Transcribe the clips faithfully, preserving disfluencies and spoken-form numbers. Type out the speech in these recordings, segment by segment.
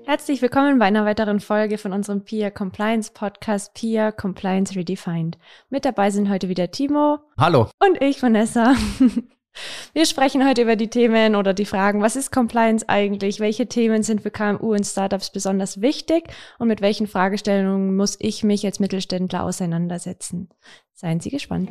Herzlich willkommen bei einer weiteren Folge von unserem P I A Compliance Podcast P I A Compliance Redefined. Mit dabei sind heute wieder Timo. Hallo. Und ich, Vanessa. Wir sprechen heute über die Themen oder die Fragen, was ist Compliance eigentlich? Welche Themen sind für K M U und Startups besonders wichtig? Und mit welchen Fragestellungen muss ich mich als Mittelständler auseinandersetzen? Seien Sie gespannt.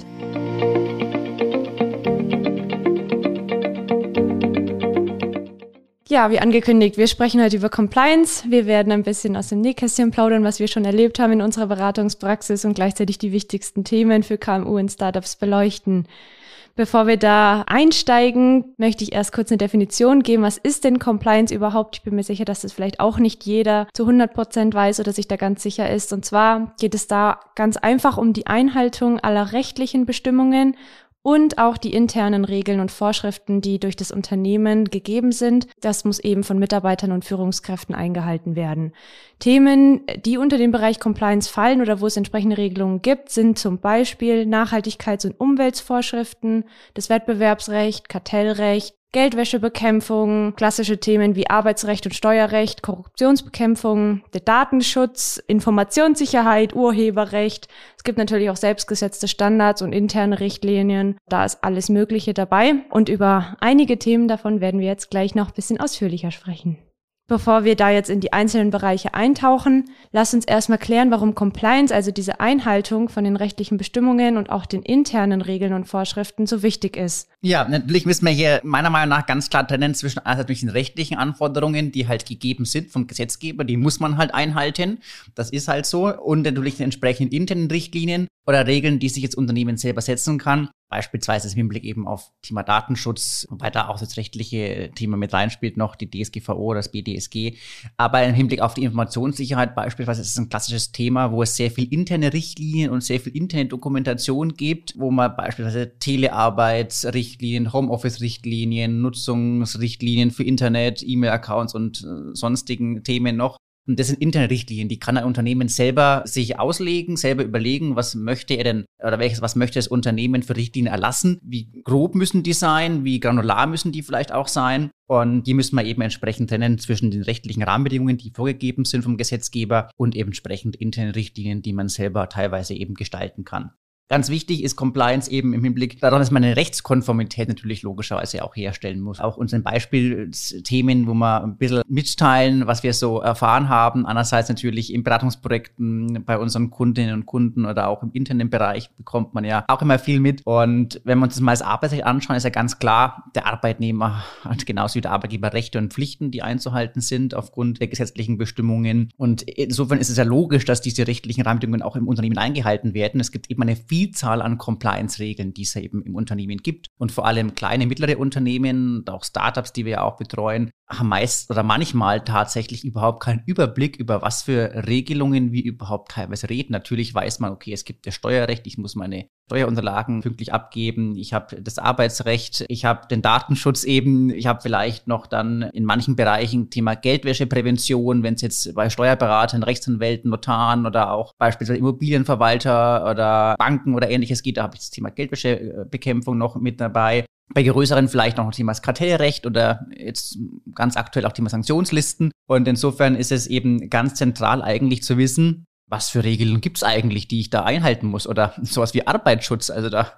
Ja, wie angekündigt, wir sprechen heute über Compliance. Wir werden ein bisschen aus dem Nähkästchen plaudern, was wir schon erlebt haben in unserer Beratungspraxis und gleichzeitig die wichtigsten Themen für K M U und Startups beleuchten. Bevor wir da einsteigen, möchte ich erst kurz eine Definition geben. Was ist denn Compliance überhaupt? Ich bin mir sicher, dass das vielleicht auch nicht jeder zu hundert Prozent weiß oder sich da ganz sicher ist. Und zwar geht es da ganz einfach um die Einhaltung aller rechtlichen Bestimmungen und auch die internen Regeln und Vorschriften, die durch das Unternehmen gegeben sind. Das muss eben von Mitarbeitern und Führungskräften eingehalten werden. Themen, die unter den Bereich Compliance fallen oder wo es entsprechende Regelungen gibt, sind zum Beispiel Nachhaltigkeits- und Umweltvorschriften, das Wettbewerbsrecht, Kartellrecht, Geldwäschebekämpfung, klassische Themen wie Arbeitsrecht und Steuerrecht, Korruptionsbekämpfung, der Datenschutz, Informationssicherheit, Urheberrecht. Es gibt natürlich auch selbstgesetzte Standards und interne Richtlinien. Da ist alles Mögliche dabei. Und über einige Themen davon werden wir jetzt gleich noch ein bisschen ausführlicher sprechen. Bevor wir da jetzt in die einzelnen Bereiche eintauchen, lasst uns erstmal klären, warum Compliance, also diese Einhaltung von den rechtlichen Bestimmungen und auch den internen Regeln und Vorschriften so wichtig ist. Ja, natürlich müssen wir hier meiner Meinung nach ganz klar trennen zwischen einerseits den rechtlichen Anforderungen, die halt gegeben sind vom Gesetzgeber, die muss man halt einhalten, das ist halt so, und natürlich den entsprechenden internen Richtlinien oder Regeln, die sich jetzt Unternehmen selber setzen kann. Beispielsweise im Hinblick eben auf Thema Datenschutz, wobei da auch das rechtliche Thema mit reinspielt, noch die D S G V O oder das B D S G. Aber im Hinblick auf die Informationssicherheit beispielsweise ist es ein klassisches Thema, wo es sehr viel interne Richtlinien und sehr viel interne Dokumentation gibt, wo man beispielsweise Telearbeitsrichtlinien, Homeoffice-Richtlinien, Nutzungsrichtlinien für Internet, E-Mail-Accounts und äh, sonstigen Themen noch. Und das sind interne Richtlinien, die kann ein Unternehmen selber sich auslegen, selber überlegen, was möchte er denn oder welches, was möchte das Unternehmen für Richtlinien erlassen, wie grob müssen die sein, wie granular müssen die vielleicht auch sein. Und die müssen wir eben entsprechend trennen zwischen den rechtlichen Rahmenbedingungen, die vorgegeben sind vom Gesetzgeber, und eben entsprechend internen Richtlinien, die man selber teilweise eben gestalten kann. Ganz wichtig ist Compliance eben im Hinblick daran, dass man eine Rechtskonformität natürlich logischerweise auch herstellen muss. Auch unseren Beispielthemen, wo wir ein bisschen mitteilen, was wir so erfahren haben. Einerseits natürlich in Beratungsprojekten bei unseren Kundinnen und Kunden oder auch im internen Bereich bekommt man ja auch immer viel mit. Und wenn wir uns das mal als Arbeitsrecht anschauen, ist ja ganz klar, der Arbeitnehmer hat genauso wie der Arbeitgeber Rechte und Pflichten, die einzuhalten sind aufgrund der gesetzlichen Bestimmungen. Und insofern ist es ja logisch, dass diese rechtlichen Rahmenbedingungen auch im Unternehmen eingehalten werden. Es gibt eben eine Vielzahl an Compliance-Regeln, die es eben im Unternehmen gibt. Und vor allem kleine, mittlere Unternehmen und auch Startups, die wir ja auch betreuen, haben meist oder manchmal tatsächlich überhaupt keinen Überblick über was für Regelungen wir überhaupt teilweise reden. Natürlich weiß man, okay, es gibt das Steuerrecht, ich muss meine Steuerunterlagen pünktlich abgeben, ich habe das Arbeitsrecht, ich habe den Datenschutz eben, ich habe vielleicht noch dann in manchen Bereichen Thema Geldwäscheprävention, wenn es jetzt bei Steuerberatern, Rechtsanwälten, Notaren oder auch beispielsweise Immobilienverwalter oder Banken oder ähnliches geht, da habe ich das Thema Geldwäschebekämpfung noch mit dabei. Bei größeren vielleicht noch Thema Kartellrecht oder jetzt ganz aktuell auch Thema Sanktionslisten. Und insofern ist es eben ganz zentral eigentlich zu wissen, was für Regeln gibt's eigentlich, die ich da einhalten muss? Oder sowas wie Arbeitsschutz. Also da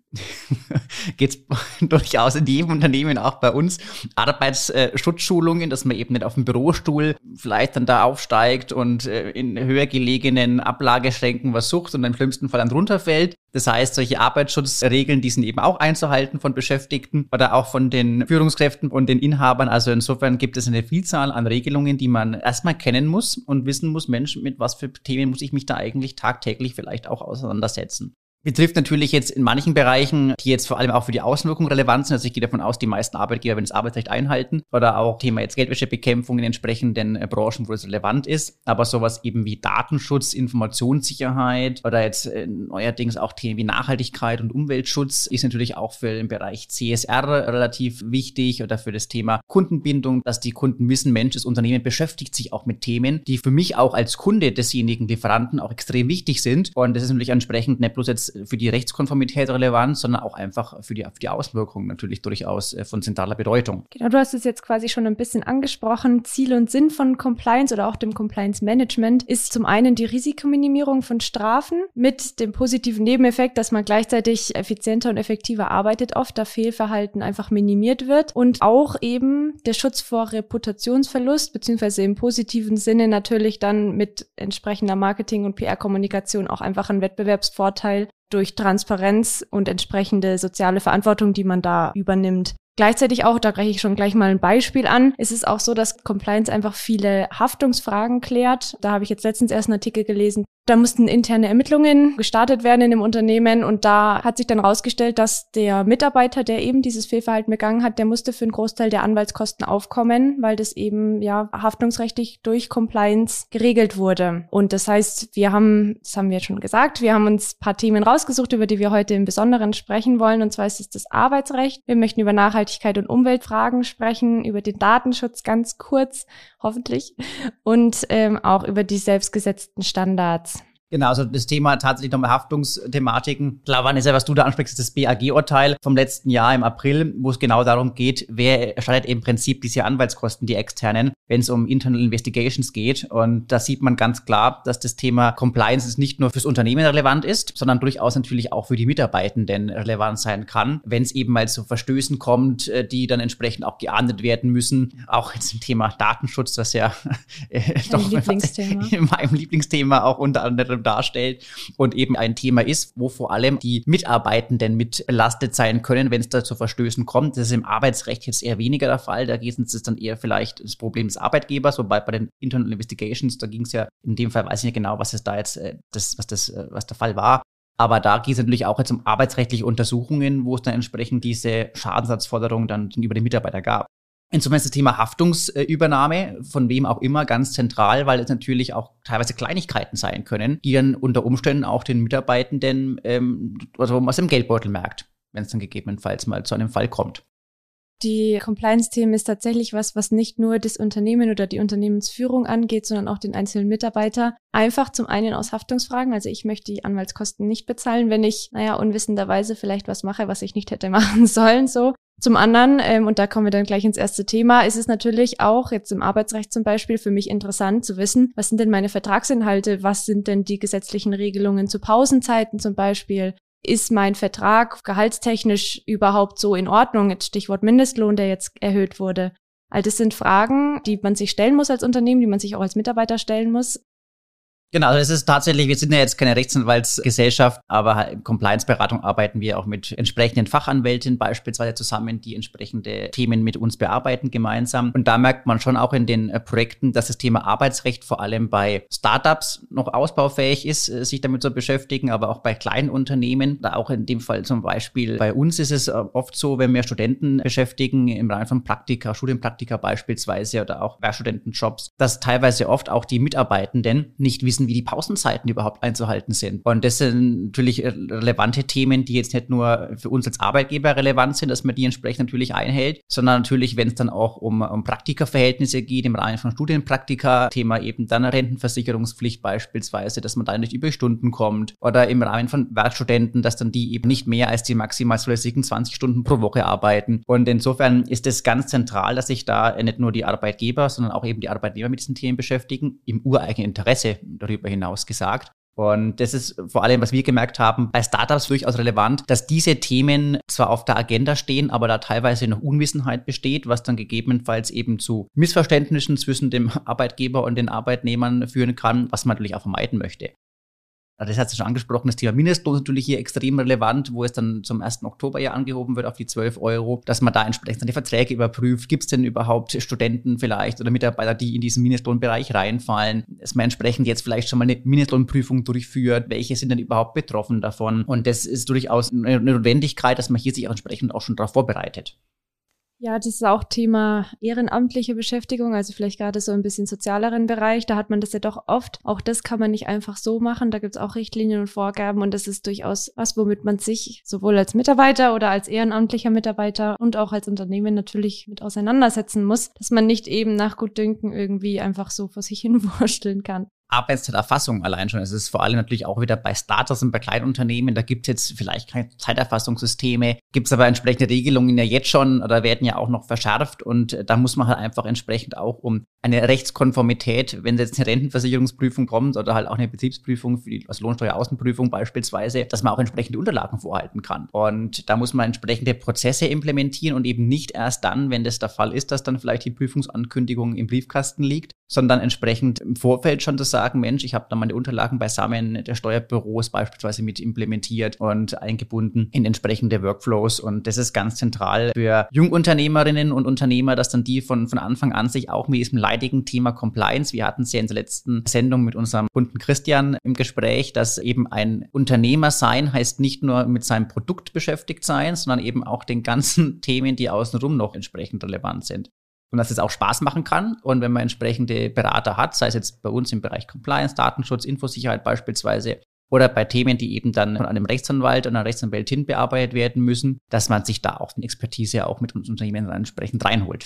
geht's durchaus in jedem Unternehmen, auch bei uns, Arbeitsschutzschulungen, dass man eben nicht auf dem Bürostuhl vielleicht dann da aufsteigt und in höher gelegenen Ablageschränken was sucht und im schlimmsten Fall dann runterfällt. Das heißt, solche Arbeitsschutzregeln, die sind eben auch einzuhalten von Beschäftigten oder auch von den Führungskräften und den Inhabern. Also insofern gibt es eine Vielzahl an Regelungen, die man erstmal kennen muss und wissen muss, Mensch, mit was für Themen muss ich mich da eigentlich tagtäglich vielleicht auch auseinandersetzen. Betrifft natürlich jetzt in manchen Bereichen, die jetzt vor allem auch für die Außenwirkung relevant sind. Also ich gehe davon aus, die meisten Arbeitgeber, wenn das Arbeitsrecht einhalten oder auch Thema jetzt Geldwäschebekämpfung in entsprechenden äh, Branchen, wo es relevant ist. Aber sowas eben wie Datenschutz, Informationssicherheit oder jetzt äh, neuerdings auch Themen wie Nachhaltigkeit und Umweltschutz ist natürlich auch für den Bereich C S R relativ wichtig oder für das Thema Kundenbindung, dass die Kunden wissen, Mensch, das Unternehmen beschäftigt sich auch mit Themen, die für mich auch als Kunde desjenigen Lieferanten auch extrem wichtig sind. Und das ist natürlich entsprechend nicht bloß jetzt für die Rechtskonformität relevant, sondern auch einfach für die, für die Auswirkungen natürlich durchaus von zentraler Bedeutung. Genau, du hast es jetzt quasi schon ein bisschen angesprochen. Ziel und Sinn von Compliance oder auch dem Compliance Management ist zum einen die Risikominimierung von Strafen mit dem positiven Nebeneffekt, dass man gleichzeitig effizienter und effektiver arbeitet, oft da Fehlverhalten einfach minimiert wird und auch eben der Schutz vor Reputationsverlust, beziehungsweise im positiven Sinne natürlich dann mit entsprechender Marketing- und P R-Kommunikation auch einfach ein Wettbewerbsvorteil durch Transparenz und entsprechende soziale Verantwortung, die man da übernimmt. Gleichzeitig auch, da breche ich schon gleich mal ein Beispiel an, ist es auch so, dass Compliance einfach viele Haftungsfragen klärt. Da habe ich jetzt letztens erst einen Artikel gelesen. Da mussten interne Ermittlungen gestartet werden in dem Unternehmen und da hat sich dann rausgestellt, dass der Mitarbeiter, der eben dieses Fehlverhalten begangen hat, der musste für einen Großteil der Anwaltskosten aufkommen, weil das eben ja haftungsrechtlich durch Compliance geregelt wurde. Und das heißt, wir haben, das haben wir schon gesagt, wir haben uns ein paar Themen rausgesucht, über die wir heute im Besonderen sprechen wollen. Und zwar ist es das Arbeitsrecht. Wir möchten über Nachhaltigkeit und Umweltfragen sprechen, über den Datenschutz ganz kurz, hoffentlich, und ähm, auch über die selbstgesetzten Standards. Genau, also das Thema tatsächlich nochmal Haftungsthematiken. Klar, Vanessa, was du da ansprichst, ist das B A G-Urteil vom letzten Jahr im April, wo es genau darum geht, wer erstattet im Prinzip diese Anwaltskosten, die externen, wenn es um Internal Investigations geht. Und da sieht man ganz klar, dass das Thema Compliance nicht nur fürs Unternehmen relevant ist, sondern durchaus natürlich auch für die Mitarbeitenden relevant sein kann, wenn es eben mal zu Verstößen kommt, die dann entsprechend auch geahndet werden müssen. Auch jetzt im Thema Datenschutz, das ja äh, doch Lieblingsthema. in meinem Lieblingsthema auch unter anderem darstellt und eben ein Thema ist, wo vor allem die Mitarbeitenden mit belastet sein können, wenn es da zu Verstößen kommt. Das ist im Arbeitsrecht jetzt eher weniger der Fall. Da geht es dann eher vielleicht das Problem des Arbeitgebers, wobei bei den Internal Investigations, da ging es ja in dem Fall, weiß ich nicht genau, was es da jetzt, das, was das, was der Fall war. Aber da geht es natürlich auch jetzt um arbeitsrechtliche Untersuchungen, wo es dann entsprechend diese Schadensersatzforderung dann gegenüber den Mitarbeiter gab. Insofern ist das Thema Haftungsübernahme von wem auch immer ganz zentral, weil es natürlich auch teilweise Kleinigkeiten sein können, die dann unter Umständen auch den Mitarbeitenden ähm, also aus dem Geldbeutel merkt, wenn es dann gegebenenfalls mal zu einem Fall kommt. Die Compliance-Themen ist tatsächlich was, was nicht nur das Unternehmen oder die Unternehmensführung angeht, sondern auch den einzelnen Mitarbeiter. Einfach zum einen aus Haftungsfragen. Also ich möchte die Anwaltskosten nicht bezahlen, wenn ich, naja, unwissenderweise vielleicht was mache, was ich nicht hätte machen sollen, so. Zum anderen, ähm, und da kommen wir dann gleich ins erste Thema, ist es natürlich auch jetzt im Arbeitsrecht zum Beispiel für mich interessant zu wissen, was sind denn meine Vertragsinhalte, was sind denn die gesetzlichen Regelungen zu Pausenzeiten zum Beispiel, ist mein Vertrag gehaltstechnisch überhaupt so in Ordnung, jetzt Stichwort Mindestlohn, der jetzt erhöht wurde. All das sind Fragen, die man sich stellen muss als Unternehmen, die man sich auch als Mitarbeiter stellen muss. Genau, also es ist tatsächlich, wir sind ja jetzt keine Rechtsanwaltsgesellschaft, aber in Compliance-Beratung arbeiten wir auch mit entsprechenden Fachanwältinnen beispielsweise zusammen, die entsprechende Themen mit uns bearbeiten gemeinsam. Und da merkt man schon auch in den äh, Projekten, dass das Thema Arbeitsrecht vor allem bei Startups noch ausbaufähig ist, äh, sich damit zu beschäftigen, aber auch bei kleinen Unternehmen. Da auch in dem Fall zum Beispiel bei uns ist es äh, oft so, wenn wir Studenten beschäftigen, im Rahmen von Praktika, Studienpraktika beispielsweise oder auch Werkstudentenjobs, dass teilweise oft auch die Mitarbeitenden nicht wissen, wie die Pausenzeiten überhaupt einzuhalten sind. Und das sind natürlich relevante Themen, die jetzt nicht nur für uns als Arbeitgeber relevant sind, dass man die entsprechend natürlich einhält, sondern natürlich, wenn es dann auch um, um Praktikaverhältnisse geht, im Rahmen von Studienpraktika, Thema eben dann Rentenversicherungspflicht beispielsweise, dass man da nicht über Stunden kommt oder im Rahmen von Werkstudenten, dass dann die eben nicht mehr als die maximal zulässigen zwanzig Stunden pro Woche arbeiten. Und insofern ist es ganz zentral, dass sich da nicht nur die Arbeitgeber, sondern auch eben die Arbeitnehmer mit diesen Themen beschäftigen, im ureigenen Interesse darüber hinaus gesagt. Und das ist vor allem, was wir gemerkt haben, bei Startups durchaus relevant, dass diese Themen zwar auf der Agenda stehen, aber da teilweise noch Unwissenheit besteht, was dann gegebenenfalls eben zu Missverständnissen zwischen dem Arbeitgeber und den Arbeitnehmern führen kann, was man natürlich auch vermeiden möchte. Das hat sich schon angesprochen, das Thema Mindestlohn ist natürlich hier extrem relevant, wo es dann zum ersten Oktober ja angehoben wird auf die zwölf Euro, dass man da entsprechend die Verträge überprüft. Gibt es denn überhaupt Studenten vielleicht oder Mitarbeiter, die in diesen Mindestlohnbereich reinfallen? Dass man entsprechend jetzt vielleicht schon mal eine Mindestlohnprüfung durchführt. Welche sind denn überhaupt betroffen davon? Und das ist durchaus eine Notwendigkeit, dass man hier sich auch entsprechend auch schon darauf vorbereitet. Ja, das ist auch Thema ehrenamtliche Beschäftigung, also vielleicht gerade so ein bisschen sozialeren Bereich. Da hat man das ja doch oft. Auch das kann man nicht einfach so machen. Da gibt es auch Richtlinien und Vorgaben und das ist durchaus was, womit man sich sowohl als Mitarbeiter oder als ehrenamtlicher Mitarbeiter und auch als Unternehmen natürlich mit auseinandersetzen muss, dass man nicht eben nach Gutdünken irgendwie einfach so vor sich hin wursteln kann. Arbeitszeiterfassung allein schon. Es ist vor allem natürlich auch wieder bei Startups und bei Kleinunternehmen, da gibt es jetzt vielleicht keine Zeiterfassungssysteme, gibt es aber entsprechende Regelungen ja jetzt schon oder werden ja auch noch verschärft und da muss man halt einfach entsprechend auch um eine Rechtskonformität, wenn jetzt eine Rentenversicherungsprüfung kommt oder halt auch eine Betriebsprüfung für die also Lohnsteueraußenprüfung beispielsweise, dass man auch entsprechende Unterlagen vorhalten kann. Und da muss man entsprechende Prozesse implementieren und eben nicht erst dann, wenn das der Fall ist, dass dann vielleicht die Prüfungsankündigung im Briefkasten liegt, sondern entsprechend im Vorfeld schon das sagen, Mensch, ich habe da meine Unterlagen beisammen der Steuerbüros beispielsweise mit implementiert und eingebunden in entsprechende Workflows. Und das ist ganz zentral für Jungunternehmerinnen und Unternehmer, dass dann die von, von Anfang an sich auch mit diesem leidigen Thema Compliance, wir hatten es ja in der letzten Sendung mit unserem Kunden Christian im Gespräch, dass eben ein Unternehmer sein heißt nicht nur mit seinem Produkt beschäftigt sein, sondern eben auch den ganzen Themen, die außenrum noch entsprechend relevant sind. Und dass es auch Spaß machen kann. Und wenn man entsprechende Berater hat, sei es jetzt bei uns im Bereich Compliance, Datenschutz, Infosicherheit beispielsweise, oder bei Themen, die eben dann von einem Rechtsanwalt oder einer Rechtsanwältin bearbeitet werden müssen, dass man sich da auch eine Expertise auch mit uns Unternehmen entsprechend reinholt.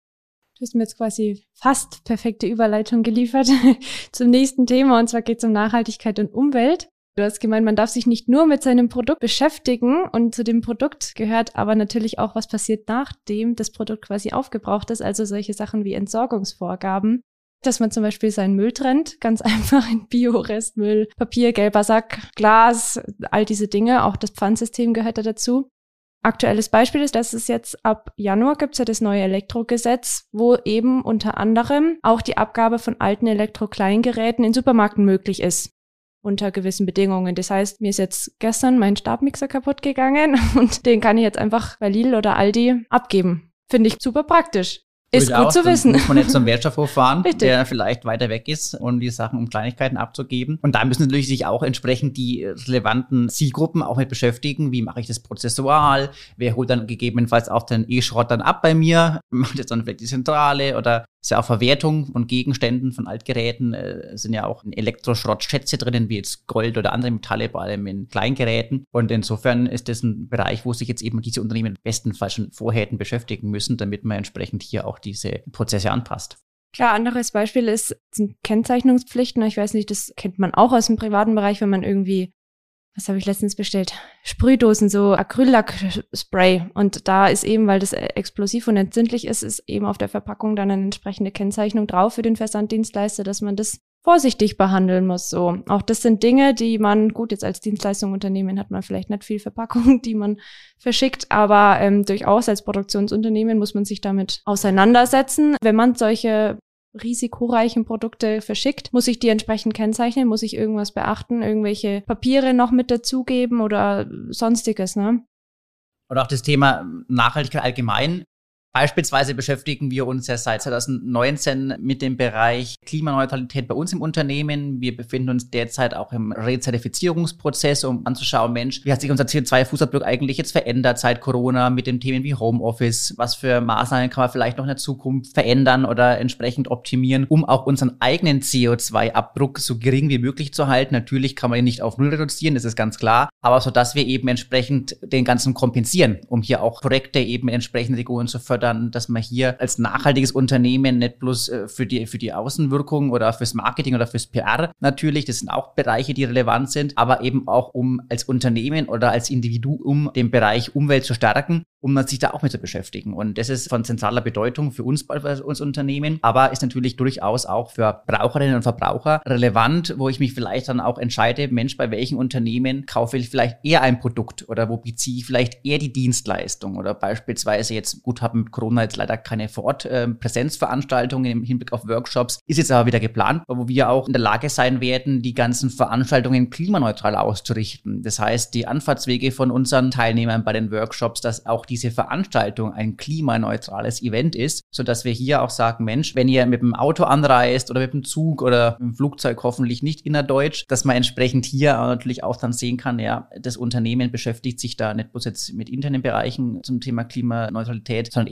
Du hast mir jetzt quasi fast perfekte Überleitung geliefert zum nächsten Thema. Und zwar geht es um Nachhaltigkeit und Umwelt. Du hast gemeint, man darf sich nicht nur mit seinem Produkt beschäftigen und zu dem Produkt gehört aber natürlich auch, was passiert, nachdem das Produkt quasi aufgebraucht ist, also solche Sachen wie Entsorgungsvorgaben, dass man zum Beispiel seinen Müll trennt, ganz einfach in Bio-Restmüll, Papier, gelber Sack, Glas, all diese Dinge, auch das Pfandsystem gehört da dazu. Aktuelles Beispiel ist, dass es jetzt ab Januar gibt es ja das neue Elektrogesetz, wo eben unter anderem auch die Abgabe von alten Elektrokleingeräten in Supermärkten möglich ist. Unter gewissen Bedingungen. Das heißt, mir ist jetzt gestern mein Stabmixer kaputt gegangen und den kann ich jetzt einfach bei Lidl oder Aldi abgeben. Finde ich super praktisch. Ist gut auch, zu wissen. Muss man jetzt zum Wertstoffhof fahren, der vielleicht weiter weg ist, um die Sachen, um Kleinigkeiten abzugeben. Und da müssen natürlich sich auch entsprechend die relevanten Zielgruppen auch mit beschäftigen. Wie mache ich das prozessual? Wer holt dann gegebenenfalls auch den E-Schrott dann ab bei mir? Macht jetzt dann vielleicht die Zentrale oder ist ja auch Verwertung von Gegenständen, von Altgeräten, äh, sind ja auch Elektroschrottschätze drinnen, wie jetzt Gold oder andere Metalle, vor allem in Kleingeräten. Und insofern ist das ein Bereich, wo sich jetzt eben diese Unternehmen bestenfalls schon vorher hätten beschäftigen müssen, damit man entsprechend hier auch diese Prozesse anpasst. Klar, anderes Beispiel ist, sind Kennzeichnungspflichten. Ich weiß nicht, das kennt man auch aus dem privaten Bereich, wenn man irgendwie, was habe ich letztens bestellt? Sprühdosen, so Acryllack-Spray. Und da ist eben, weil das explosiv und entzündlich ist, ist eben auf der Verpackung dann eine entsprechende Kennzeichnung drauf für den Versanddienstleister, dass man das vorsichtig behandeln muss. So, auch das sind Dinge, die man, gut, jetzt als Dienstleistungsunternehmen hat man vielleicht nicht viel Verpackung, die man verschickt, aber ähm, durchaus als Produktionsunternehmen muss man sich damit auseinandersetzen. Wenn man solche risikoreichen Produkte verschickt, muss ich die entsprechend kennzeichnen, muss ich irgendwas beachten, irgendwelche Papiere noch mit dazugeben oder sonstiges, ne? Oder auch das Thema Nachhaltigkeit allgemein. Beispielsweise beschäftigen wir uns ja seit zwanzig neunzehn mit dem Bereich Klimaneutralität bei uns im Unternehmen. Wir befinden uns derzeit auch im Rezertifizierungsprozess, um anzuschauen, Mensch, wie hat sich unser C O zwei Fußabdruck eigentlich jetzt verändert seit Corona mit den Themen wie Homeoffice? Was für Maßnahmen kann man vielleicht noch in der Zukunft verändern oder entsprechend optimieren, um auch unseren eigenen C O zwei Abdruck so gering wie möglich zu halten? Natürlich kann man ihn nicht auf Null reduzieren, das ist ganz klar, aber so, dass wir eben entsprechend den Ganzen kompensieren, um hier auch Projekte eben entsprechend Regionen zu fördern, dass man hier als nachhaltiges Unternehmen nicht bloß äh, für die für die Außenwirkung oder fürs Marketing oder fürs P R natürlich, das sind auch Bereiche, die relevant sind, aber eben auch um als Unternehmen oder als Individuum den Bereich Umwelt zu stärken, um sich da auch mit zu beschäftigen. Und das ist von zentraler Bedeutung für uns als uns Unternehmen, aber ist natürlich durchaus auch für Verbraucherinnen und Verbraucher relevant, wo ich mich vielleicht dann auch entscheide, Mensch, bei welchen Unternehmen kaufe ich vielleicht eher ein Produkt oder wo beziehe ich vielleicht eher die Dienstleistung oder beispielsweise jetzt, gut, haben mit Corona jetzt leider keine Vor-Ort-Präsenzveranstaltungen im Hinblick auf Workshops, ist jetzt aber wieder geplant, wo wir auch in der Lage sein werden, die ganzen Veranstaltungen klimaneutral auszurichten. Das heißt, die Anfahrtswege von unseren Teilnehmern bei den Workshops, dass auch diese Veranstaltung ein klimaneutrales Event ist, sodass wir hier auch sagen, Mensch, wenn ihr mit dem Auto anreist oder mit dem Zug oder mit dem Flugzeug, hoffentlich nicht innerdeutsch, dass man entsprechend hier natürlich auch dann sehen kann, ja, das Unternehmen beschäftigt sich da nicht bloß jetzt mit internen Bereichen zum Thema Klimaneutralität, sondern eben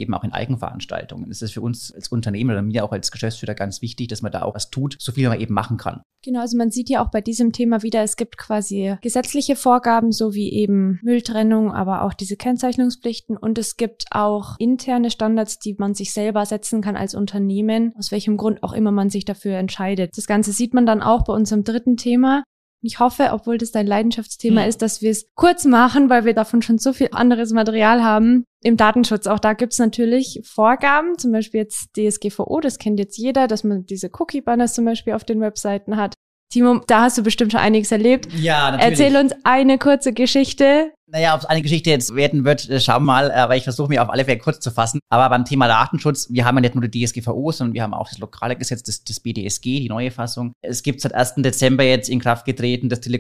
eben auch in Eigenveranstaltungen. Es ist für uns als Unternehmen oder mir auch als Geschäftsführer ganz wichtig, dass man da auch was tut, so viel man eben machen kann. Genau, also man sieht ja auch bei diesem Thema wieder, es gibt quasi gesetzliche Vorgaben, so wie eben Mülltrennung, aber auch diese Kennzeichnungspflichten und es gibt auch interne Standards, die man sich selber setzen kann als Unternehmen, aus welchem Grund auch immer man sich dafür entscheidet. Das Ganze sieht man dann auch bei unserem dritten Thema. Ich hoffe, obwohl das dein Leidenschaftsthema hm. ist, dass wir es kurz machen, weil wir davon schon so viel anderes Material haben. Im Datenschutz, auch da gibt's natürlich Vorgaben, zum Beispiel jetzt D S G V O, das kennt jetzt jeder, dass man diese Cookie-Banners zum Beispiel auf den Webseiten hat. Timo, da hast du bestimmt schon einiges erlebt. Ja, natürlich. Erzähl uns eine kurze Geschichte. Naja, ob es eine Geschichte jetzt werden wird, schauen wir mal, aber ich versuche mich auf alle Fälle kurz zu fassen. Aber beim Thema Datenschutz, wir haben ja nicht nur die D S G V O, sondern wir haben auch das lokale Gesetz, das, das B D S G, die neue Fassung. Es gibt seit ersten Dezember jetzt in Kraft getreten das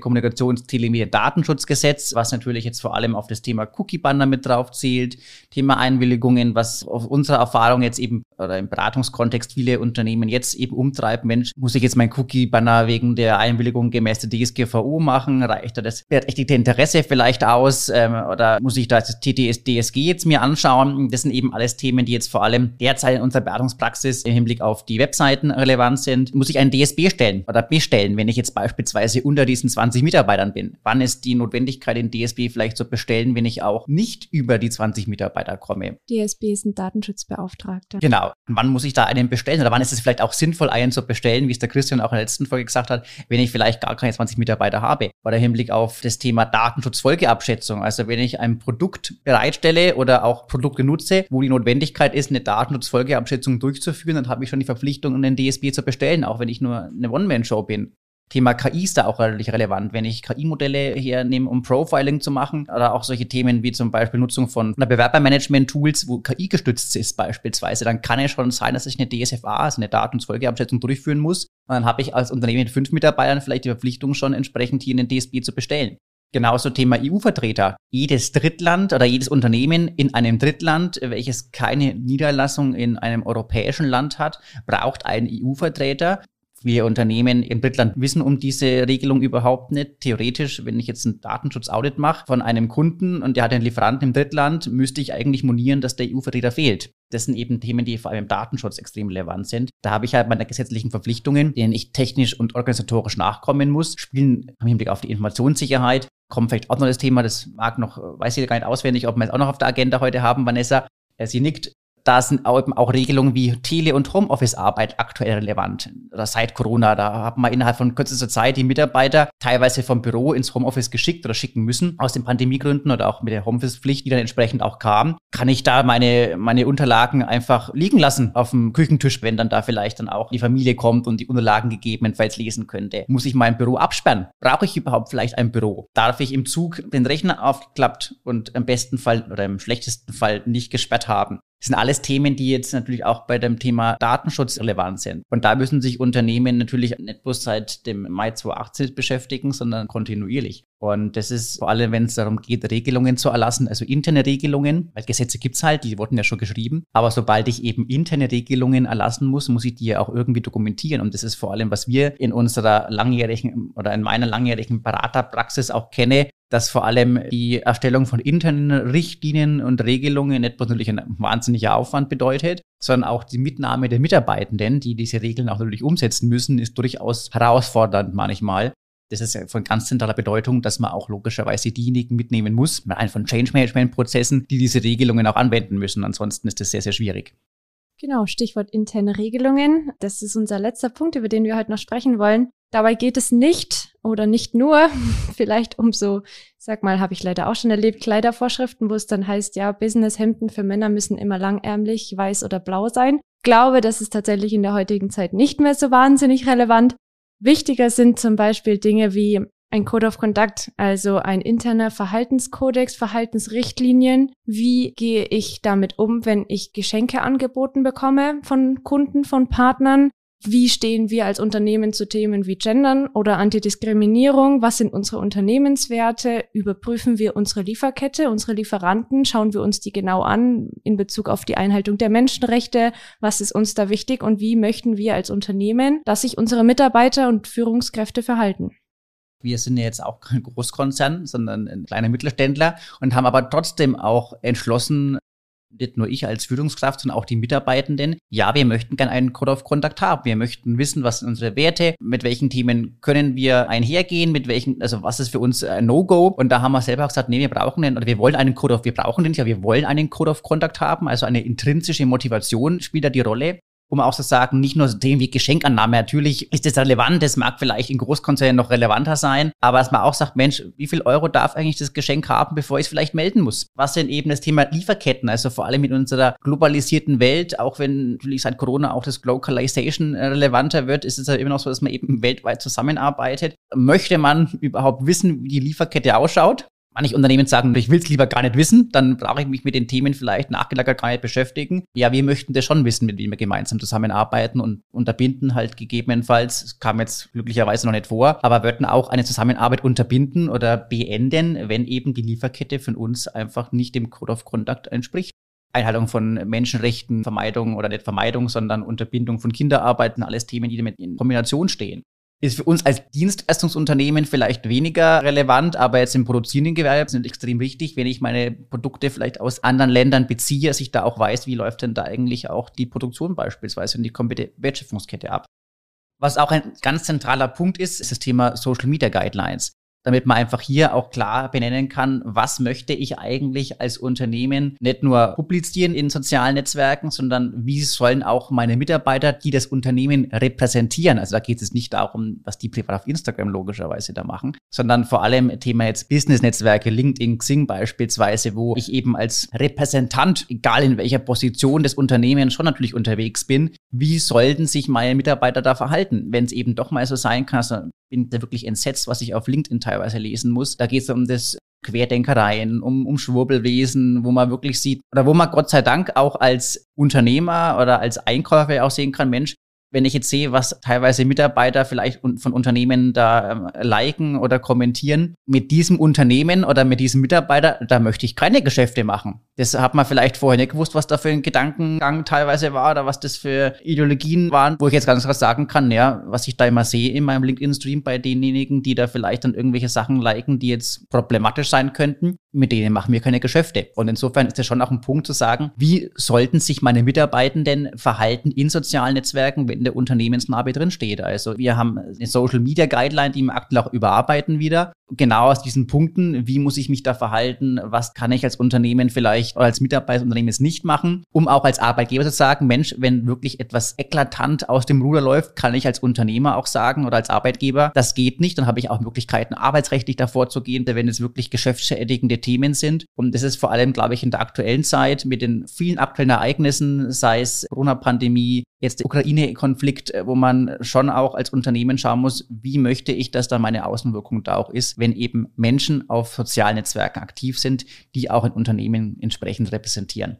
Telekommunikations-Telemedien-Datenschutzgesetz, was natürlich jetzt vor allem auf das Thema Cookie-Banner mit drauf zählt, Thema Einwilligungen, was auf unserer Erfahrung jetzt eben oder im Beratungskontext viele Unternehmen jetzt eben umtreibt. Mensch, muss ich jetzt mein Cookie-Banner wegen der Einwilligung gemäß der D S G V O machen? Reicht da das berechtigte Interesse vielleicht aus? Ähm, oder muss ich da das T T S D S G jetzt mir anschauen? Das sind eben alles Themen, die jetzt vor allem derzeit in unserer Beratungspraxis im Hinblick auf die Webseiten relevant sind. Muss ich einen D S B stellen oder bestellen, wenn ich jetzt beispielsweise unter diesen zwanzig Mitarbeitern bin? Wann ist die Notwendigkeit, den D S B vielleicht zu bestellen, wenn ich auch nicht über die zwanzig Mitarbeiter komme? D S B ist ein Datenschutzbeauftragter. Genau. Wann muss ich da einen bestellen? Oder wann ist es vielleicht auch sinnvoll, einen zu bestellen, wie es der Christian auch in der letzten Folge gesagt hat, wenn ich vielleicht gar keine zwanzig Mitarbeiter habe? Oder im Hinblick auf das Thema Datenschutzfolgeabschätzung. Also wenn ich ein Produkt bereitstelle oder auch Produkte nutze, wo die Notwendigkeit ist, eine Datenschutzfolgeabschätzung durchzuführen, dann habe ich schon die Verpflichtung, einen D S B zu bestellen, auch wenn ich nur eine One-Man-Show bin. Thema K I ist da auch relativ relevant. Wenn ich K I-Modelle hernehme, um Profiling zu machen, oder auch solche Themen wie zum Beispiel Nutzung von Bewerbermanagement-Tools, wo K I gestützt ist beispielsweise, dann kann es schon sein, dass ich eine D S F A, also eine Datenschutzfolgeabschätzung durchführen muss. Und dann habe ich als Unternehmen mit fünf Mitarbeitern vielleicht die Verpflichtung, schon entsprechend hier einen D S B zu bestellen. Genauso Thema E U-Vertreter. Jedes Drittland oder jedes Unternehmen in einem Drittland, welches keine Niederlassung in einem europäischen Land hat, braucht einen E U-Vertreter. Wir Unternehmen im Drittland wissen um diese Regelung überhaupt nicht. Theoretisch, wenn ich jetzt ein Datenschutzaudit mache von einem Kunden und der hat einen Lieferanten im Drittland, müsste ich eigentlich monieren, dass der E U-Vertreter fehlt. Das sind eben Themen, die vor allem im Datenschutz extrem relevant sind. Da habe ich halt meine gesetzlichen Verpflichtungen, denen ich technisch und organisatorisch nachkommen muss, spielen im Hinblick auf die Informationssicherheit. Kommt vielleicht auch noch das Thema, das mag noch, weiß ich gar nicht auswendig, ob wir es auch noch auf der Agenda heute haben, Vanessa. Sie nickt. Da sind auch, eben auch Regelungen wie Tele- und Homeoffice-Arbeit aktuell relevant. Oder seit Corona, da haben wir innerhalb von kürzester Zeit die Mitarbeiter teilweise vom Büro ins Homeoffice geschickt oder schicken müssen, aus den Pandemiegründen oder auch mit der Homeoffice-Pflicht, die dann entsprechend auch kam. Kann ich da meine, meine Unterlagen einfach liegen lassen auf dem Küchentisch, wenn dann da vielleicht dann auch die Familie kommt und die Unterlagen gegebenenfalls lesen könnte? Muss ich mein Büro absperren? Brauche ich überhaupt vielleicht ein Büro? Darf ich im Zug den Rechner aufgeklappt und im besten Fall oder im schlechtesten Fall nicht gesperrt haben? Das sind alles Themen, die jetzt natürlich auch bei dem Thema Datenschutz relevant sind. Und da müssen sich Unternehmen natürlich nicht bloß seit dem Mai zweitausendachtzehn beschäftigen, sondern kontinuierlich. Und das ist vor allem, wenn es darum geht, Regelungen zu erlassen, also interne Regelungen, weil Gesetze gibt's halt, die wurden ja schon geschrieben. Aber sobald ich eben interne Regelungen erlassen muss, muss ich die ja auch irgendwie dokumentieren. Und das ist vor allem, was wir in unserer langjährigen oder in meiner langjährigen Beraterpraxis auch kennen, dass vor allem die Erstellung von internen Richtlinien und Regelungen nicht bloß natürlich ein wahnsinniger Aufwand bedeutet, sondern auch die Mitnahme der Mitarbeitenden, die diese Regeln auch natürlich umsetzen müssen, ist durchaus herausfordernd manchmal. Das ist ja von ganz zentraler Bedeutung, dass man auch logischerweise diejenigen mitnehmen muss, rein von Change-Management-Prozessen, die diese Regelungen auch anwenden müssen. Ansonsten ist das sehr, sehr schwierig. Genau, Stichwort interne Regelungen. Das ist unser letzter Punkt, über den wir heute noch sprechen wollen. Dabei geht es nicht oder nicht nur, vielleicht um so, sag mal, habe ich leider auch schon erlebt, Kleidervorschriften, wo es dann heißt, ja, Businesshemden für Männer müssen immer langärmlich, weiß oder blau sein. Ich glaube, das ist tatsächlich in der heutigen Zeit nicht mehr so wahnsinnig relevant. Wichtiger sind zum Beispiel Dinge wie ein Code of Conduct, also ein interner Verhaltenskodex, Verhaltensrichtlinien. Wie gehe ich damit um, wenn ich Geschenke angeboten bekomme von Kunden, von Partnern? Wie stehen wir als Unternehmen zu Themen wie Gendern oder Antidiskriminierung? Was sind unsere Unternehmenswerte? Überprüfen wir unsere Lieferkette, unsere Lieferanten? Schauen wir uns die genau an in Bezug auf die Einhaltung der Menschenrechte? Was ist uns da wichtig? Und wie möchten wir als Unternehmen, dass sich unsere Mitarbeiter und Führungskräfte verhalten? Wir sind ja jetzt auch kein Großkonzern, sondern ein kleiner Mittelständler und haben aber trotzdem auch entschlossen, nicht nur ich als Führungskraft, sondern auch die Mitarbeitenden, ja, wir möchten gerne einen Code of Conduct haben. Wir möchten wissen, was sind unsere Werte, mit welchen Themen können wir einhergehen, mit welchen, also was ist für uns ein No-Go. Und da haben wir selber auch gesagt, nee, wir brauchen den, oder wir wollen einen Code of, wir brauchen den nicht, aber wir wollen einen Code of Conduct haben. Also eine intrinsische Motivation spielt da die Rolle. Um auch zu sagen, nicht nur Themen wie Geschenkannahme, natürlich ist das relevant, das mag vielleicht in Großkonzernen noch relevanter sein, aber dass man auch sagt, Mensch, wie viel Euro darf eigentlich das Geschenk haben, bevor ich es vielleicht melden muss? Was denn eben das Thema Lieferketten, also vor allem in unserer globalisierten Welt, auch wenn natürlich seit Corona auch das Globalization relevanter wird, ist es ja immer noch so, dass man eben weltweit zusammenarbeitet. Möchte man überhaupt wissen, wie die Lieferkette ausschaut? Manche Unternehmen sagen, ich will es lieber gar nicht wissen, dann brauche ich mich mit den Themen vielleicht nachgelagert gar nicht beschäftigen. Ja, wir möchten das schon wissen, mit wem wir gemeinsam zusammenarbeiten und unterbinden halt gegebenenfalls, es kam jetzt glücklicherweise noch nicht vor, aber würden auch eine Zusammenarbeit unterbinden oder beenden, wenn eben die Lieferkette von uns einfach nicht dem Code of Conduct entspricht. Einhaltung von Menschenrechten, Vermeidung oder nicht Vermeidung, sondern Unterbindung von Kinderarbeit, alles Themen, die damit in Kombination stehen. Ist für uns als Dienstleistungsunternehmen vielleicht weniger relevant, aber jetzt im produzierenden Gewerbe sind extrem wichtig, wenn ich meine Produkte vielleicht aus anderen Ländern beziehe, dass ich da auch weiß, wie läuft denn da eigentlich auch die Produktion beispielsweise und die komplette Wertschöpfungskette ab. Was auch ein ganz zentraler Punkt ist, ist das Thema Social Media Guidelines. Damit man einfach hier auch klar benennen kann, was möchte ich eigentlich als Unternehmen nicht nur publizieren in sozialen Netzwerken, sondern wie sollen auch meine Mitarbeiter, die das Unternehmen repräsentieren. Also da geht es nicht darum, was die privat auf Instagram logischerweise da machen, sondern vor allem Thema jetzt Business-Netzwerke, LinkedIn, Xing beispielsweise, wo ich eben als Repräsentant, egal in welcher Position des Unternehmens schon natürlich unterwegs bin, wie sollten sich meine Mitarbeiter da verhalten, wenn es eben doch mal so sein kann, also bin da wirklich entsetzt, was ich auf LinkedIn teilweise lesen muss. Da geht es um das Querdenkereien, um, um Schwurbelwesen, wo man wirklich sieht, oder wo man Gott sei Dank auch als Unternehmer oder als Einkäufer auch sehen kann, Mensch, wenn ich jetzt sehe, was teilweise Mitarbeiter vielleicht von Unternehmen da ähm, liken oder kommentieren, mit diesem Unternehmen oder mit diesem Mitarbeiter, da möchte ich keine Geschäfte machen. Das hat man vielleicht vorher nicht gewusst, was da für ein Gedankengang teilweise war oder was das für Ideologien waren, wo ich jetzt ganz klar sagen kann, ja, was ich da immer sehe in meinem LinkedIn-Stream bei denjenigen, die da vielleicht dann irgendwelche Sachen liken, die jetzt problematisch sein könnten, mit denen machen wir keine Geschäfte. Und insofern ist das schon auch ein Punkt zu sagen, wie sollten sich meine Mitarbeitenden verhalten in sozialen Netzwerken, wenn in der Unternehmensname drin steht. Also wir haben eine Social Media Guideline, die wir aktuell auch überarbeiten wieder. Genau aus diesen Punkten, wie muss ich mich da verhalten, was kann ich als Unternehmen vielleicht oder als Mitarbeiter des Unternehmens nicht machen, um auch als Arbeitgeber zu sagen, Mensch, wenn wirklich etwas eklatant aus dem Ruder läuft, kann ich als Unternehmer auch sagen oder als Arbeitgeber, das geht nicht, dann habe ich auch Möglichkeiten, arbeitsrechtlich davor zu gehen, wenn es wirklich geschäftsschädigende Themen sind. Und das ist vor allem, glaube ich, in der aktuellen Zeit mit den vielen aktuellen Ereignissen, sei es Corona-Pandemie, jetzt der Ukraine-Konflikt, wo man schon auch als Unternehmen schauen muss, wie möchte ich, dass da meine Außenwirkung da auch ist, wenn eben Menschen auf sozialen Netzwerken aktiv sind, die auch ein Unternehmen entsprechend repräsentieren.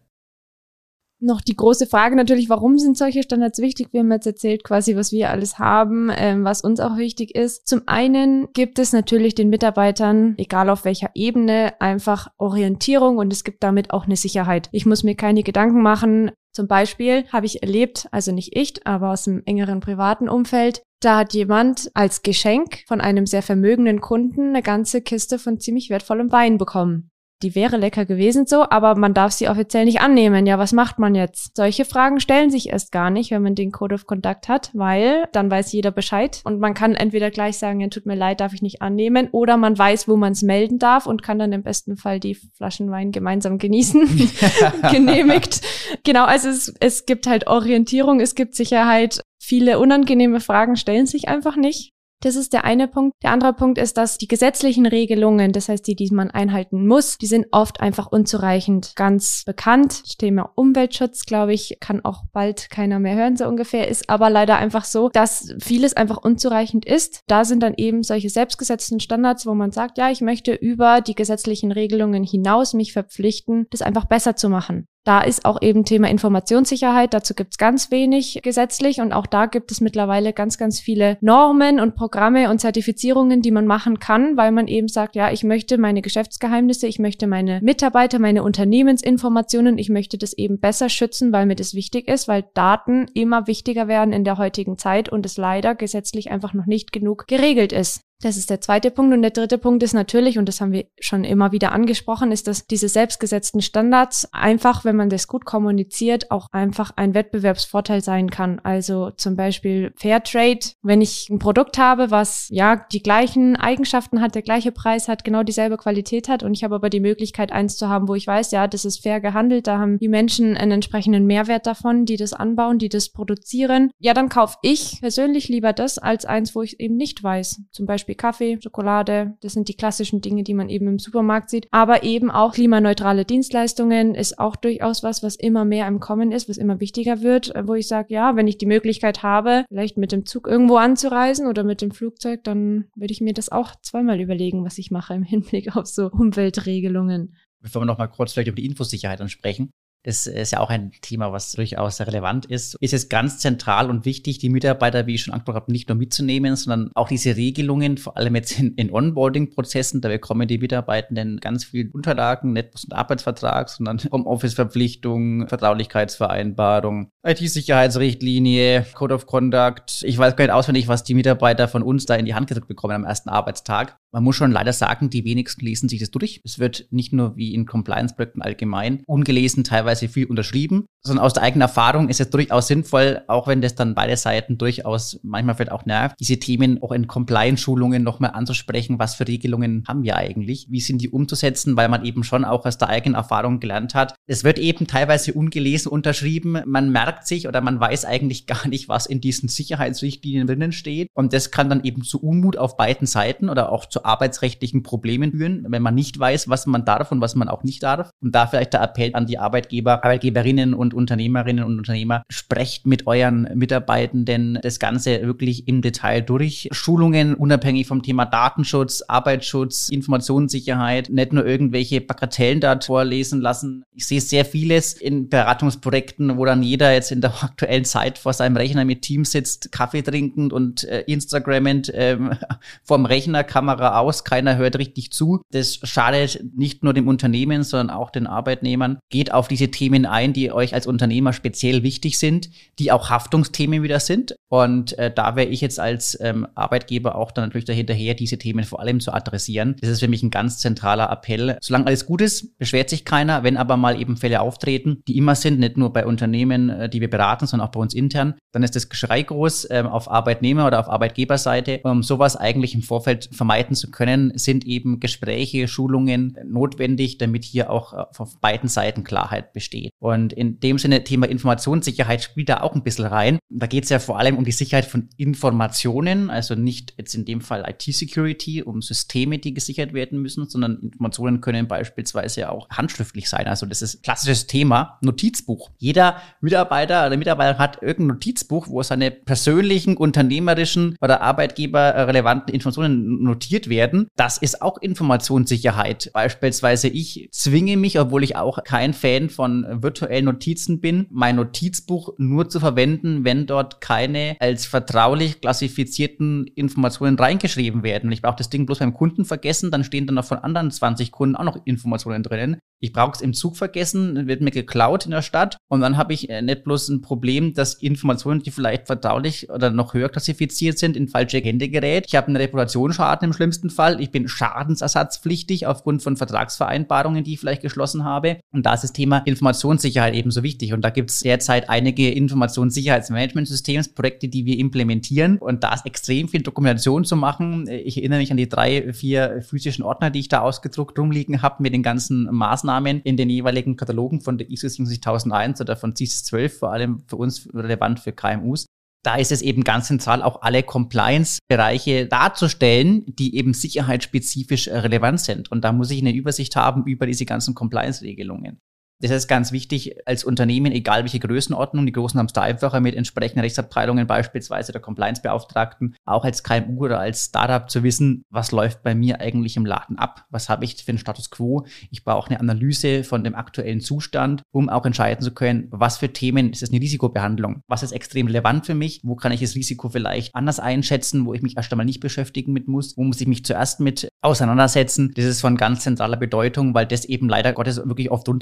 Noch die große Frage natürlich, warum sind solche Standards wichtig? Wir haben jetzt erzählt quasi, was wir alles haben, ähm, was uns auch wichtig ist. Zum einen gibt es natürlich den Mitarbeitern, egal auf welcher Ebene, einfach Orientierung und es gibt damit auch eine Sicherheit. Ich muss mir keine Gedanken machen. Zum Beispiel habe ich erlebt, also nicht ich, aber aus einem engeren privaten Umfeld, da hat jemand als Geschenk von einem sehr vermögenden Kunden eine ganze Kiste von ziemlich wertvollem Wein bekommen. Die wäre lecker gewesen so, aber man darf sie offiziell nicht annehmen. Ja, was macht man jetzt? Solche Fragen stellen sich erst gar nicht, wenn man den Code of Conduct hat, weil dann weiß jeder Bescheid und man kann entweder gleich sagen, ja, tut mir leid, darf ich nicht annehmen, oder man weiß, wo man es melden darf und kann dann im besten Fall die Flaschen Wein gemeinsam genießen. Genehmigt. Genau, also es, es gibt halt Orientierung, es gibt Sicherheit. Viele unangenehme Fragen stellen sich einfach nicht. Das ist der eine Punkt. Der andere Punkt ist, dass die gesetzlichen Regelungen, das heißt die, die man einhalten muss, die sind oft einfach unzureichend. Ganz bekannt, das Thema Umweltschutz, glaube ich, kann auch bald keiner mehr hören, so ungefähr, ist aber leider einfach so, dass vieles einfach unzureichend ist. Da sind dann eben solche selbstgesetzten Standards, wo man sagt, ja, ich möchte über die gesetzlichen Regelungen hinaus mich verpflichten, das einfach besser zu machen. Da ist auch eben Thema Informationssicherheit, dazu gibt's ganz wenig gesetzlich und auch da gibt es mittlerweile ganz, ganz viele Normen und Programme und Zertifizierungen, die man machen kann, weil man eben sagt, ja, ich möchte meine Geschäftsgeheimnisse, ich möchte meine Mitarbeiter, meine Unternehmensinformationen, ich möchte das eben besser schützen, weil mir das wichtig ist, weil Daten immer wichtiger werden in der heutigen Zeit und es leider gesetzlich einfach noch nicht genug geregelt ist. Das ist der zweite Punkt. Und der dritte Punkt ist natürlich, und das haben wir schon immer wieder angesprochen, ist, dass diese selbstgesetzten Standards einfach, wenn man das gut kommuniziert, auch einfach ein Wettbewerbsvorteil sein kann. Also zum Beispiel Fairtrade, wenn ich ein Produkt habe, was ja die gleichen Eigenschaften hat, der gleiche Preis hat, genau dieselbe Qualität hat und ich habe aber die Möglichkeit, eins zu haben, wo ich weiß, ja, das ist fair gehandelt, da haben die Menschen einen entsprechenden Mehrwert davon, die das anbauen, die das produzieren. Ja, dann kaufe ich persönlich lieber das als eins, wo ich eben nicht weiß. Zum Beispiel Kaffee, Schokolade, das sind die klassischen Dinge, die man eben im Supermarkt sieht. Aber eben auch klimaneutrale Dienstleistungen ist auch durchaus was, was immer mehr im Kommen ist, was immer wichtiger wird, wo ich sage, ja, wenn ich die Möglichkeit habe, vielleicht mit dem Zug irgendwo anzureisen oder mit dem Flugzeug, dann würde ich mir das auch zweimal überlegen, was ich mache im Hinblick auf so Umweltregelungen. Bevor wir noch mal kurz vielleicht über die Infosicherheit dann sprechen. Das ist ja auch ein Thema, was durchaus sehr relevant ist. Ist es ganz zentral und wichtig, die Mitarbeiter, wie ich schon angesprochen habe, nicht nur mitzunehmen, sondern auch diese Regelungen, vor allem jetzt in, in Onboarding-Prozessen, da bekommen die Mitarbeitenden ganz viele Unterlagen, nicht bloß einen Arbeitsvertrag, sondern Homeoffice-Verpflichtung, Vertraulichkeitsvereinbarung, I T-Sicherheitsrichtlinie, Code of Conduct. Ich weiß gar nicht auswendig, was die Mitarbeiter von uns da in die Hand gedrückt bekommen am ersten Arbeitstag. Man muss schon leider sagen, die wenigsten lesen sich das durch. Es wird nicht nur wie in Compliance-Projekten allgemein ungelesen teilweise viel unterschrieben, sondern aus der eigenen Erfahrung ist es durchaus sinnvoll, auch wenn das dann beide Seiten durchaus manchmal vielleicht auch nervt, diese Themen auch in Compliance-Schulungen nochmal anzusprechen. Was für Regelungen haben wir eigentlich? Wie sind die umzusetzen? Weil man eben schon auch aus der eigenen Erfahrung gelernt hat. Es wird eben teilweise ungelesen unterschrieben. Man merkt sich oder man weiß eigentlich gar nicht, was in diesen Sicherheitsrichtlinien drinnen steht. Und das kann dann eben zu Unmut auf beiden Seiten oder auch zu arbeitsrechtlichen Problemen führen, wenn man nicht weiß, was man darf und was man auch nicht darf. Und da vielleicht der Appell an die Arbeitgeber, Arbeitgeberinnen und Unternehmerinnen und Unternehmer, sprecht mit euren Mitarbeitenden das Ganze wirklich im Detail durch. Schulungen unabhängig vom Thema Datenschutz, Arbeitsschutz, Informationssicherheit, nicht nur irgendwelche Bagatellen da vorlesen lassen. Ich sehe sehr vieles in Beratungsprojekten, wo dann jeder jetzt in der aktuellen Zeit vor seinem Rechner mit Teams sitzt, Kaffee trinkend und äh, Instagrammend ähm, vorm Rechner, Kamera aus, keiner hört richtig zu. Das schadet nicht nur dem Unternehmen, sondern auch den Arbeitnehmern. Geht auf diese Themen ein, die euch als Unternehmer speziell wichtig sind, die auch Haftungsthemen wieder sind. Und äh, da wäre ich jetzt als ähm, Arbeitgeber auch dann natürlich dahinterher, diese Themen vor allem zu adressieren. Das ist für mich ein ganz zentraler Appell. Solange alles gut ist, beschwert sich keiner. Wenn aber mal eben Fälle auftreten, die immer sind, nicht nur bei Unternehmen, äh, die wir beraten, sondern auch bei uns intern, dann ist das Geschrei groß äh, auf Arbeitnehmer- oder auf Arbeitgeberseite. Um sowas eigentlich im Vorfeld vermeiden zu können, sind eben Gespräche, Schulungen notwendig, damit hier auch auf beiden Seiten Klarheit besteht. Und in dem Sinne, Thema Informationssicherheit spielt da auch ein bisschen rein. Da geht es ja vor allem um die Sicherheit von Informationen, also nicht jetzt in dem Fall I T-Security, um Systeme, die gesichert werden müssen, sondern Informationen können beispielsweise auch handschriftlich sein. Also das ist ein klassisches Thema, Notizbuch. Jeder Mitarbeiter oder Mitarbeiter hat irgendein Notizbuch, wo seine persönlichen, unternehmerischen oder arbeitgeberrelevanten Informationen notiert werden. Das ist auch Informationssicherheit. Beispielsweise ich zwinge mich, obwohl ich auch kein Fan von virtuellen Notizen bin, mein Notizbuch nur zu verwenden, wenn dort keine als vertraulich klassifizierten Informationen reingeschrieben werden. Und ich brauche das Ding bloß beim Kunden vergessen, dann stehen dann noch von anderen zwanzig Kunden auch noch Informationen drinnen. Ich brauche es im Zug vergessen, wird mir geklaut in der Stadt und dann habe ich nicht bloß ein Problem, dass Informationen, die vielleicht vertraulich oder noch höher klassifiziert sind, in falsche Hände gerät. Ich habe einen Reputationsschaden im schlimmsten Fall. Ich bin schadensersatzpflichtig aufgrund von Vertragsvereinbarungen, die ich vielleicht geschlossen habe. Und da ist das Thema Informationssicherheit ebenso wichtig. Und da gibt es derzeit einige Informationssicherheitsmanagementsystemsprojekte, die wir implementieren. Und da ist extrem viel Dokumentation zu machen. Ich erinnere mich an die drei, vier physischen Ordner, die ich da ausgedruckt rumliegen habe mit den ganzen Maßnahmen in den jeweiligen Katalogen von der I S O siebenundsiebzigtausendeins oder von C I S zwölf, vor allem für uns relevant für K M Us. Da ist es eben ganz zentral, auch alle Compliance-Bereiche darzustellen, die eben sicherheitsspezifisch relevant sind. Und da muss ich eine Übersicht haben über diese ganzen Compliance-Regelungen. Das ist ganz wichtig als Unternehmen, egal welche Größenordnung. Die Großen haben es da einfacher mit entsprechenden Rechtsabteilungen beispielsweise der Compliance-Beauftragten, auch als K M U oder als Startup zu wissen, was läuft bei mir eigentlich im Laden ab? Was habe ich für einen Status quo? Ich brauche eine Analyse von dem aktuellen Zustand, um auch entscheiden zu können, was für Themen ist es eine Risikobehandlung? Was ist extrem relevant für mich? Wo kann ich das Risiko vielleicht anders einschätzen, wo ich mich erst einmal nicht beschäftigen mit muss? Wo muss ich mich zuerst mit auseinandersetzen? Das ist von ganz zentraler Bedeutung, weil das eben leider Gottes wirklich oft runterfällt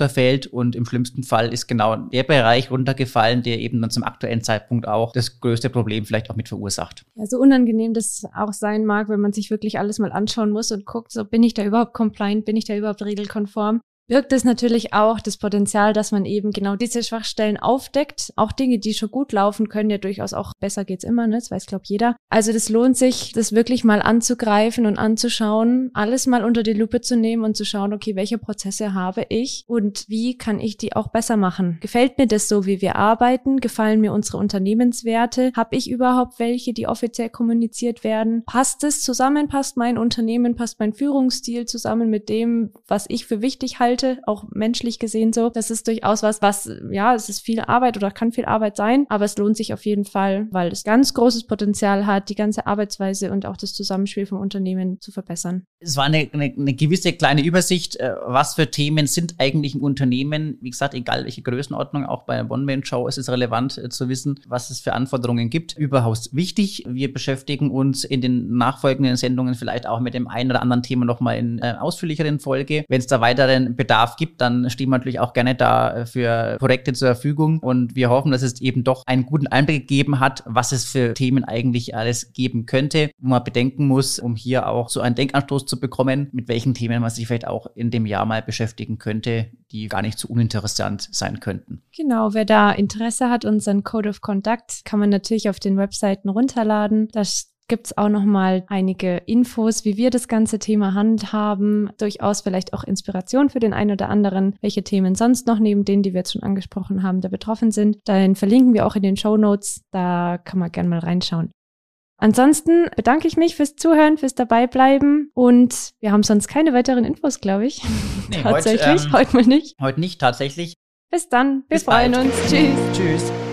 fällt und im schlimmsten Fall ist genau der Bereich runtergefallen, der eben dann zum aktuellen Zeitpunkt auch das größte Problem vielleicht auch mit verursacht. Ja, so unangenehm das auch sein mag, wenn man sich wirklich alles mal anschauen muss und guckt, so bin ich da überhaupt compliant, bin ich da überhaupt regelkonform, birgt es natürlich auch das Potenzial, dass man eben genau diese Schwachstellen aufdeckt. Auch Dinge, die schon gut laufen, können ja durchaus auch, besser geht's immer, ne? Das weiß, glaube ich, jeder. Also das lohnt sich, das wirklich mal anzugreifen und anzuschauen, alles mal unter die Lupe zu nehmen und zu schauen, okay, welche Prozesse habe ich und wie kann ich die auch besser machen? Gefällt mir das so, wie wir arbeiten? Gefallen mir unsere Unternehmenswerte? Habe ich überhaupt welche, die offiziell kommuniziert werden? Passt es zusammen? Passt mein Unternehmen? Passt mein Führungsstil zusammen mit dem, was ich für wichtig halte? Auch menschlich gesehen so. Das ist durchaus was, was, ja, es ist viel Arbeit oder kann viel Arbeit sein, aber es lohnt sich auf jeden Fall, weil es ganz großes Potenzial hat, die ganze Arbeitsweise und auch das Zusammenspiel vom Unternehmen zu verbessern. Es war eine, eine, eine gewisse kleine Übersicht, was für Themen sind eigentlich im Unternehmen. Wie gesagt, egal welche Größenordnung, auch bei einer One-Man-Show ist es relevant zu wissen, was es für Anforderungen gibt. Überaus wichtig. Wir beschäftigen uns in den nachfolgenden Sendungen vielleicht auch mit dem einen oder anderen Thema nochmal in äh, ausführlicheren Folge. Wenn es da weiteren Bedarf gibt, dann stehen wir natürlich auch gerne da für Projekte zur Verfügung und wir hoffen, dass es eben doch einen guten Einblick gegeben hat, was es für Themen eigentlich alles geben könnte, wo man bedenken muss, um hier auch so einen Denkanstoß zu bekommen, mit welchen Themen man sich vielleicht auch in dem Jahr mal beschäftigen könnte, die gar nicht so uninteressant sein könnten. Genau, wer da Interesse hat, unseren Code of Conduct kann man natürlich auf den Webseiten runterladen. Das gibt's auch nochmal einige Infos, wie wir das ganze Thema handhaben. Durchaus vielleicht auch Inspiration für den einen oder anderen, welche Themen sonst noch neben denen, die wir jetzt schon angesprochen haben, da betroffen sind. Dann verlinken wir auch in den Shownotes. Da kann man gerne mal reinschauen. Ansonsten bedanke ich mich fürs Zuhören, fürs Dabeibleiben und wir haben sonst keine weiteren Infos, glaube ich. Nee, tatsächlich, heute, ähm, heute mal nicht. Heute nicht, tatsächlich. Bis dann, wir Bis freuen bald. uns. Tschüss. Tschüss.